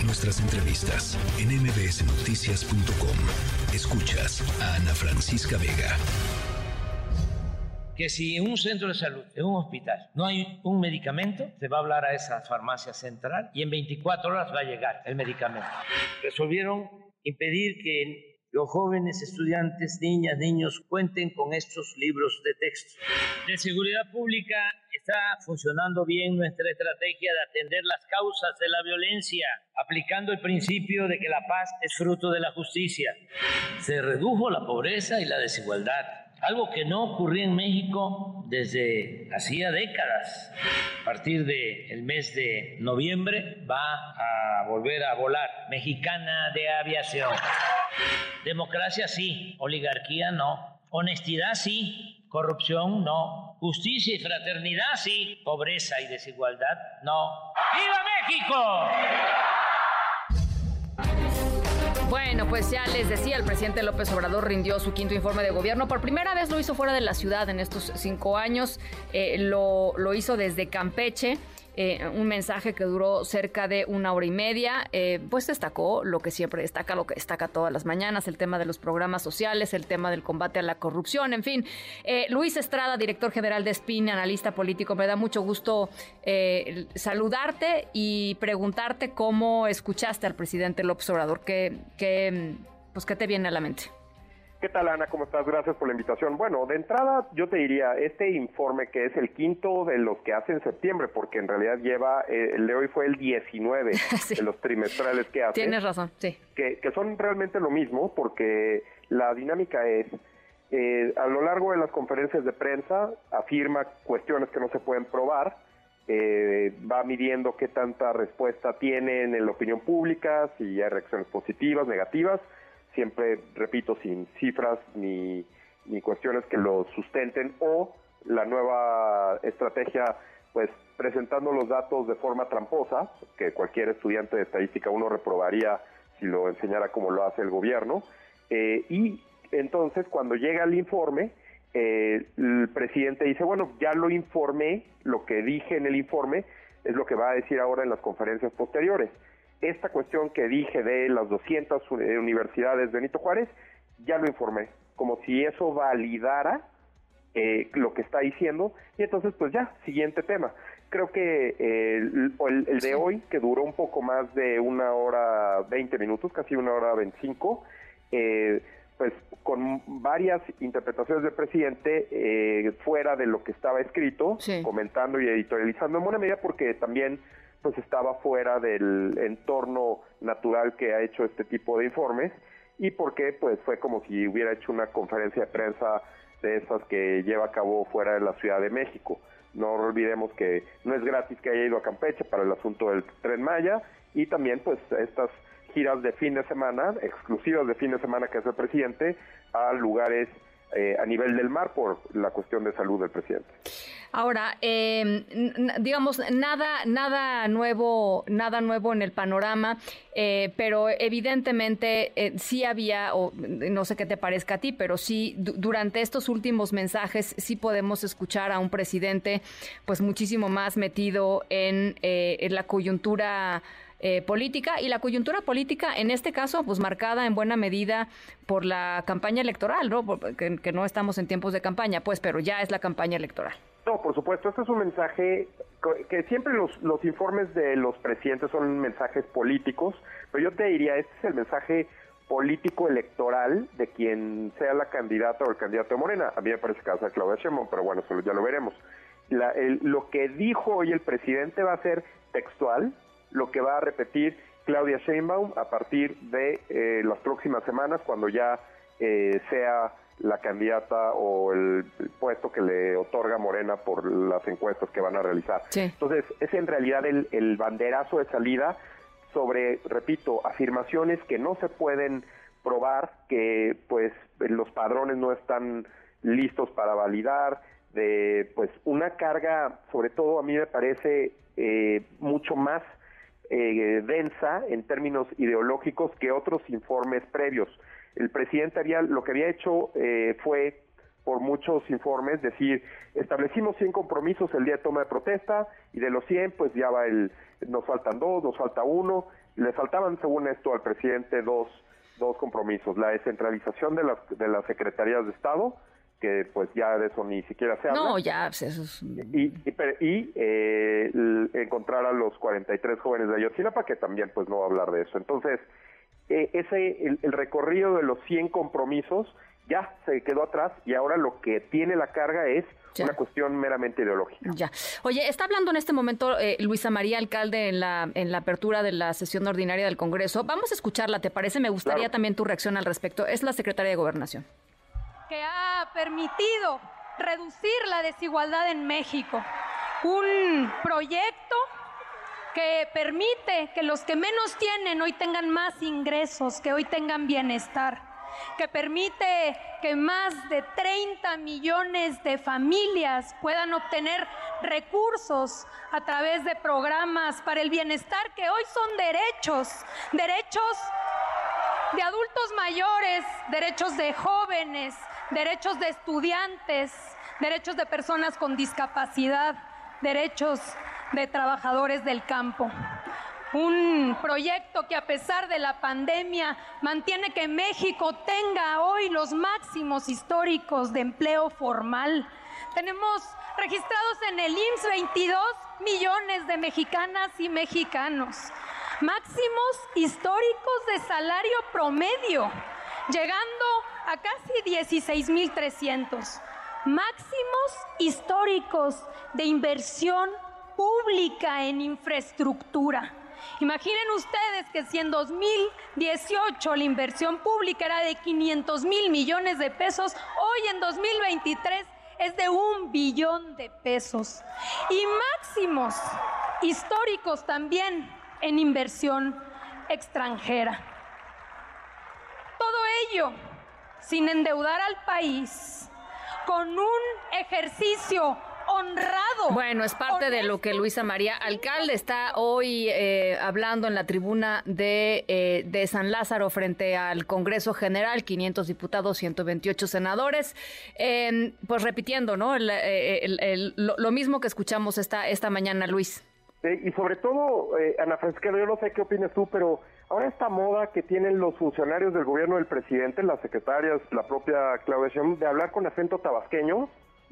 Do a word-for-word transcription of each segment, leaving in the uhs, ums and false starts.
nuestras entrevistas en eme be ese noticias punto com. Escuchas a Ana Francisca Vega. Que si en un centro de salud, en un hospital, no hay un medicamento, se va a hablar a esa farmacia central y en veinticuatro horas va a llegar el medicamento. Resolvieron impedir que los jóvenes estudiantes, niñas, niños, cuenten con estos libros de texto. De seguridad pública está funcionando bien nuestra estrategia de atender las causas de la violencia, aplicando el principio de que la paz es fruto de la justicia. Se redujo la pobreza y la desigualdad, algo que no ocurría en México desde hacía décadas. A partir del mes de noviembre va a volver a volar Mexicana de Aviación. Democracia sí, oligarquía no. Honestidad sí, corrupción no. Justicia y fraternidad sí, pobreza y desigualdad no. ¡Viva México! Bueno, pues ya les decía, el presidente López Obrador rindió su quinto informe de gobierno. Por primera vez lo hizo fuera de la ciudad en estos cinco años. Eh, lo, lo hizo desde Campeche. Eh, un mensaje que duró cerca de una hora y media, eh, pues destacó lo que siempre destaca, lo que destaca todas las mañanas, el tema de los programas sociales, el tema del combate a la corrupción, en fin. Eh, Luis Estrada, director general de SPIN, analista político, me da mucho gusto eh, saludarte y preguntarte cómo escuchaste al presidente López Obrador, ¿qué, qué, pues, qué te viene a la mente? ¿Qué tal, Ana? ¿Cómo estás? Gracias por la invitación. Bueno, de entrada yo te diría, este informe que es el quinto de los que hace en septiembre, porque en realidad lleva, eh, el de hoy fue el diecinueve sí. de los trimestrales que hace. Tienes razón, sí. Que, que son realmente lo mismo, porque la dinámica es, eh, a lo largo de las conferencias de prensa, afirma cuestiones que no se pueden probar, eh, va midiendo qué tanta respuesta tienen en la opinión pública, si hay reacciones positivas, negativas, siempre, repito, sin cifras ni, ni cuestiones que lo sustenten, o la nueva estrategia, pues presentando los datos de forma tramposa, que cualquier estudiante de estadística uno reprobaría si lo enseñara como lo hace el gobierno, eh, y entonces cuando llega el informe, eh, el presidente dice, bueno, ya lo informé, lo que dije en el informe es lo que va a decir ahora en las conferencias posteriores. Esta cuestión que dije de las doscientas universidades Benito Juárez, ya lo informé, como si eso validara eh, lo que está diciendo, y entonces pues ya, siguiente tema. Creo que eh, el, el, el de hoy, que duró un poco más de una hora veinte minutos, casi una hora veinticinco, eh, pues con varias interpretaciones del presidente eh, fuera de lo que estaba escrito, sí. comentando y editorializando en buena medida, porque también pues estaba fuera del entorno natural que ha hecho este tipo de informes, y porque pues fue como si hubiera hecho una conferencia de prensa de esas que lleva a cabo fuera de la Ciudad de México. No olvidemos que no es gratis que haya ido a Campeche para el asunto del Tren Maya, y también pues estas giras de fin de semana, exclusivas de fin de semana que hace el presidente, a lugares eh, a nivel del mar por la cuestión de salud del presidente. Ahora, eh, digamos, nada, nada nuevo, nada nuevo en el panorama, eh, pero evidentemente eh, sí había, o no sé qué te parezca a ti, pero sí d- durante estos últimos mensajes sí podemos escuchar a un presidente, pues muchísimo más metido en, eh, en la coyuntura Eh, política, y la coyuntura política en este caso pues marcada en buena medida por la campaña electoral, ¿no? Que, que no estamos en tiempos de campaña, pues, pero ya es la campaña electoral. No, por supuesto, este es un mensaje que siempre los, los informes de los presidentes son mensajes políticos, pero yo te diría, este es el mensaje político electoral de quien sea la candidata o el candidato de Morena. A mí me parece que va a ser Claudia Sheinbaum, pero bueno, eso ya lo veremos. La, el, lo que dijo hoy el presidente va a ser textual, lo que va a repetir Claudia Sheinbaum a partir de eh, las próximas semanas, cuando ya eh, sea la candidata o el, el puesto que le otorga Morena por las encuestas que van a realizar. Sí. Entonces, es en realidad el, el banderazo de salida sobre, repito, afirmaciones que no se pueden probar, que pues los padrones no están listos para validar, de pues una carga, sobre todo a mí me parece eh, mucho más Eh, densa en términos ideológicos que otros informes previos. El presidente había, lo que había hecho eh, fue, por muchos informes, decir, establecimos cien compromisos el día de toma de protesta, y de los cien, pues ya va el, nos faltan dos, nos falta uno, le faltaban, según esto, al presidente dos, dos compromisos, la descentralización de las, de las secretarías de Estado, que pues ya de eso ni siquiera se habla. No, ya, pues eso es... Y, y, y eh, encontrar a los cuarenta y tres jóvenes de Ayotzinapa, que también pues no va a hablar de eso. Entonces, eh, ese el, el recorrido de los cien compromisos ya se quedó atrás y ahora lo que tiene la carga es ya. Una cuestión meramente ideológica. Ya. Oye, está hablando en este momento eh, Luisa María Alcalde en la en la apertura de la sesión ordinaria del Congreso. Vamos a escucharla, ¿te parece? Me gustaría claro. también tu reacción al respecto. Es la secretaria de Gobernación. Que ha permitido reducir la desigualdad en México. Un proyecto que permite que los que menos tienen hoy tengan más ingresos, que hoy tengan bienestar, que permite que más de treinta millones de familias puedan obtener recursos a través de programas para el bienestar que hoy son derechos, derechos de adultos mayores, derechos de jóvenes, derechos de estudiantes, derechos de personas con discapacidad, derechos de trabajadores del campo. Un proyecto que a pesar de la pandemia mantiene que México tenga hoy los máximos históricos de empleo formal. Tenemos registrados en el I M S S veintidós millones de mexicanas y mexicanos. Máximos históricos de salario promedio, llegando a casi dieciséis mil trescientos. Máximos históricos de inversión pública en infraestructura. Imaginen ustedes que si en dos mil dieciocho la inversión pública era de quinientos mil millones de pesos, hoy en dos mil veintitrés es de un billón de pesos. Y máximos históricos también en inversión extranjera. Todo ello sin endeudar al país, con un ejercicio honrado. Bueno, es parte honesto. De lo que Luisa María Alcalde está hoy eh, hablando en la tribuna de, eh, de San Lázaro frente al Congreso General, quinientos diputados, ciento veintiocho senadores, eh, pues repitiendo, ¿no? El, el, el, lo, lo mismo que escuchamos esta, esta mañana, Luis. Sí, y sobre todo, eh, Ana Francisca, yo no sé qué opinas tú, pero ahora esta moda que tienen los funcionarios del gobierno del presidente, las secretarias, la propia Claudia Sheinbaum, de hablar con acento tabasqueño,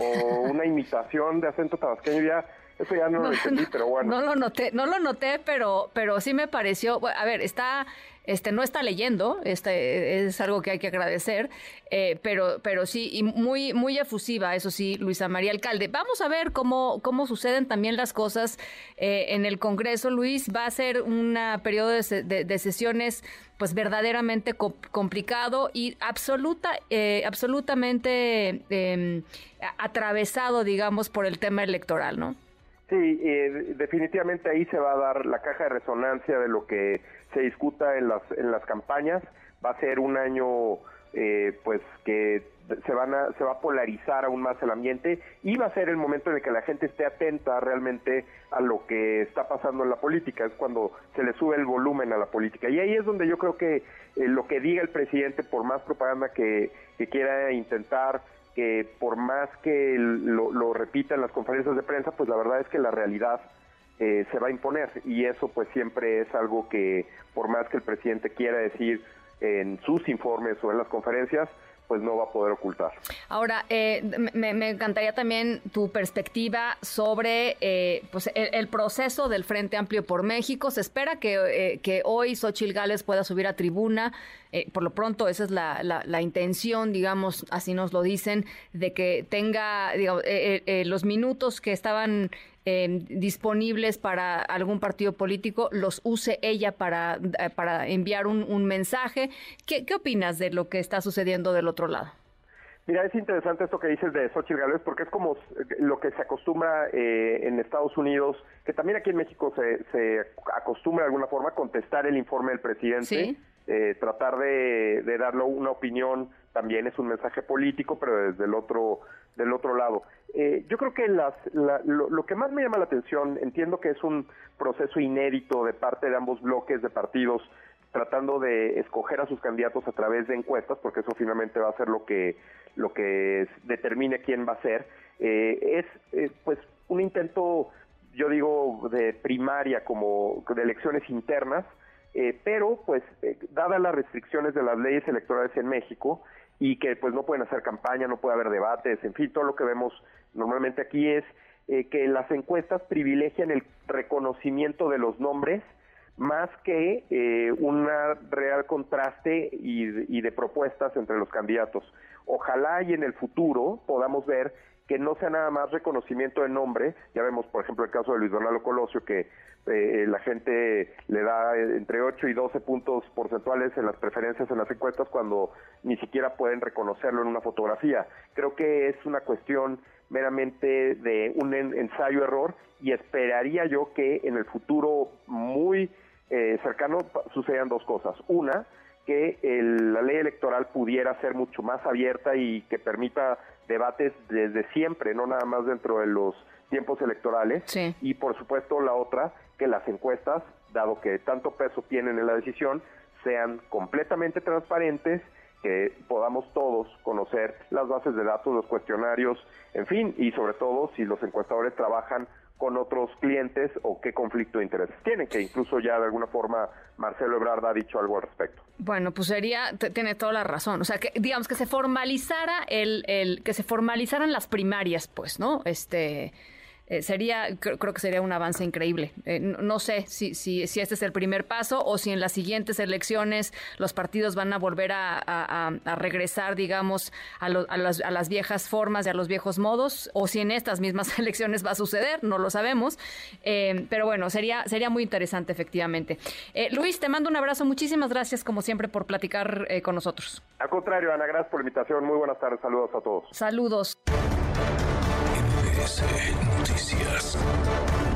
o una imitación de acento tabasqueño, ya eso ya no, no lo entendí, pero bueno. No lo noté, no lo noté, pero pero sí me pareció, a ver, está este no está leyendo, este es algo que hay que agradecer, eh, pero pero sí y muy muy efusiva, eso sí, Luisa María Alcalde. Vamos a ver cómo cómo suceden también las cosas eh, en el Congreso, Luis. Va a ser un periodo de, de, de sesiones pues verdaderamente co- complicado y absoluta eh, absolutamente eh, atravesado, digamos, por el tema electoral, ¿no? Sí, eh, definitivamente ahí se va a dar la caja de resonancia de lo que se discuta en las en las campañas. Va a ser un año eh, pues que se van a se va a polarizar aún más el ambiente y va a ser el momento en el que la gente esté atenta realmente a lo que está pasando en la política. Es cuando se le sube el volumen a la política y ahí es donde yo creo que eh, lo que diga el presidente, por más propaganda que, que quiera intentar, que por más que lo, lo repita en las conferencias de prensa, pues la verdad es que la realidad eh, se va a imponer y eso pues siempre es algo que por más que el presidente quiera decir en sus informes o en las conferencias, pues no va a poder ocultar. Ahora, eh, me, me encantaría también tu perspectiva sobre eh, pues el, el proceso del Frente Amplio por México. Se espera que, eh, que hoy Xóchitl Gálvez pueda subir a tribuna. Eh, por lo pronto, esa es la, la, la intención, digamos, así nos lo dicen, de que tenga digamos, eh, eh, los minutos que estaban eh, disponibles para algún partido político, los use ella para, para enviar un, un mensaje. ¿Qué, ¿Qué opinas de lo que está sucediendo del otro lado? Mira, es interesante esto que dices de Xóchitl Gálvez porque es como lo que se acostumbra eh, en Estados Unidos, que también aquí en México se, se acostumbra de alguna forma a contestar el informe del presidente. ¿Sí? Eh, tratar de, de darle una opinión también es un mensaje político, pero desde el otro del otro lado. Eh, yo creo que las, la, lo, lo que más me llama la atención, entiendo que es un proceso inédito de parte de ambos bloques de partidos, tratando de escoger a sus candidatos a través de encuestas, porque eso finalmente va a ser lo que lo que determine quién va a ser. Eh, es eh, pues un intento, yo digo, de primaria, como de elecciones internas, eh, pero pues eh, dadas las restricciones de las leyes electorales en México y que pues no pueden hacer campaña, no puede haber debates, en fin, todo lo que vemos normalmente aquí es eh, que las encuestas privilegian el reconocimiento de los nombres más que eh, un real contraste y, y de propuestas entre los candidatos. Ojalá y en el futuro podamos ver que no sea nada más reconocimiento de nombre. Ya vemos, por ejemplo, el caso de Luis Donaldo Colosio, que eh, la gente le da entre ocho y doce puntos porcentuales en las preferencias en las encuestas cuando ni siquiera pueden reconocerlo en una fotografía. Creo que es una cuestión meramente de un ensayo-error y esperaría yo que en el futuro muy eh, cercano sucedan dos cosas. Una, que el, la ley electoral pudiera ser mucho más abierta y que permita debates desde siempre, no nada más dentro de los tiempos electorales. Sí. Y por supuesto la otra, que las encuestas, dado que tanto peso tienen en la decisión, sean completamente transparentes, que podamos todos conocer las bases de datos, los cuestionarios, en fin, y sobre todo si los encuestadores trabajan con otros clientes o qué conflicto de intereses tienen, que incluso ya de alguna forma Marcelo Ebrard ha dicho algo al respecto. Bueno, pues sería, t- tiene toda la razón, o sea, que digamos que se formalizara el, el que se formalizaran las primarias, pues, ¿no? Este eh, sería, creo, creo que sería un avance increíble. Eh, no, no sé si, si, si este es el primer paso o si en las siguientes elecciones los partidos van a volver a, a, a regresar, digamos, a, lo, a, las, a las viejas formas y a los viejos modos, o si en estas mismas elecciones va a suceder, no lo sabemos. Eh, pero bueno, sería, sería muy interesante, efectivamente. Eh, Luis, te mando un abrazo. Muchísimas gracias, como siempre, por platicar eh, con nosotros. Al contrario, Ana, gracias por la invitación. Muy buenas tardes. Saludos a todos. Saludos. M B S Noticias.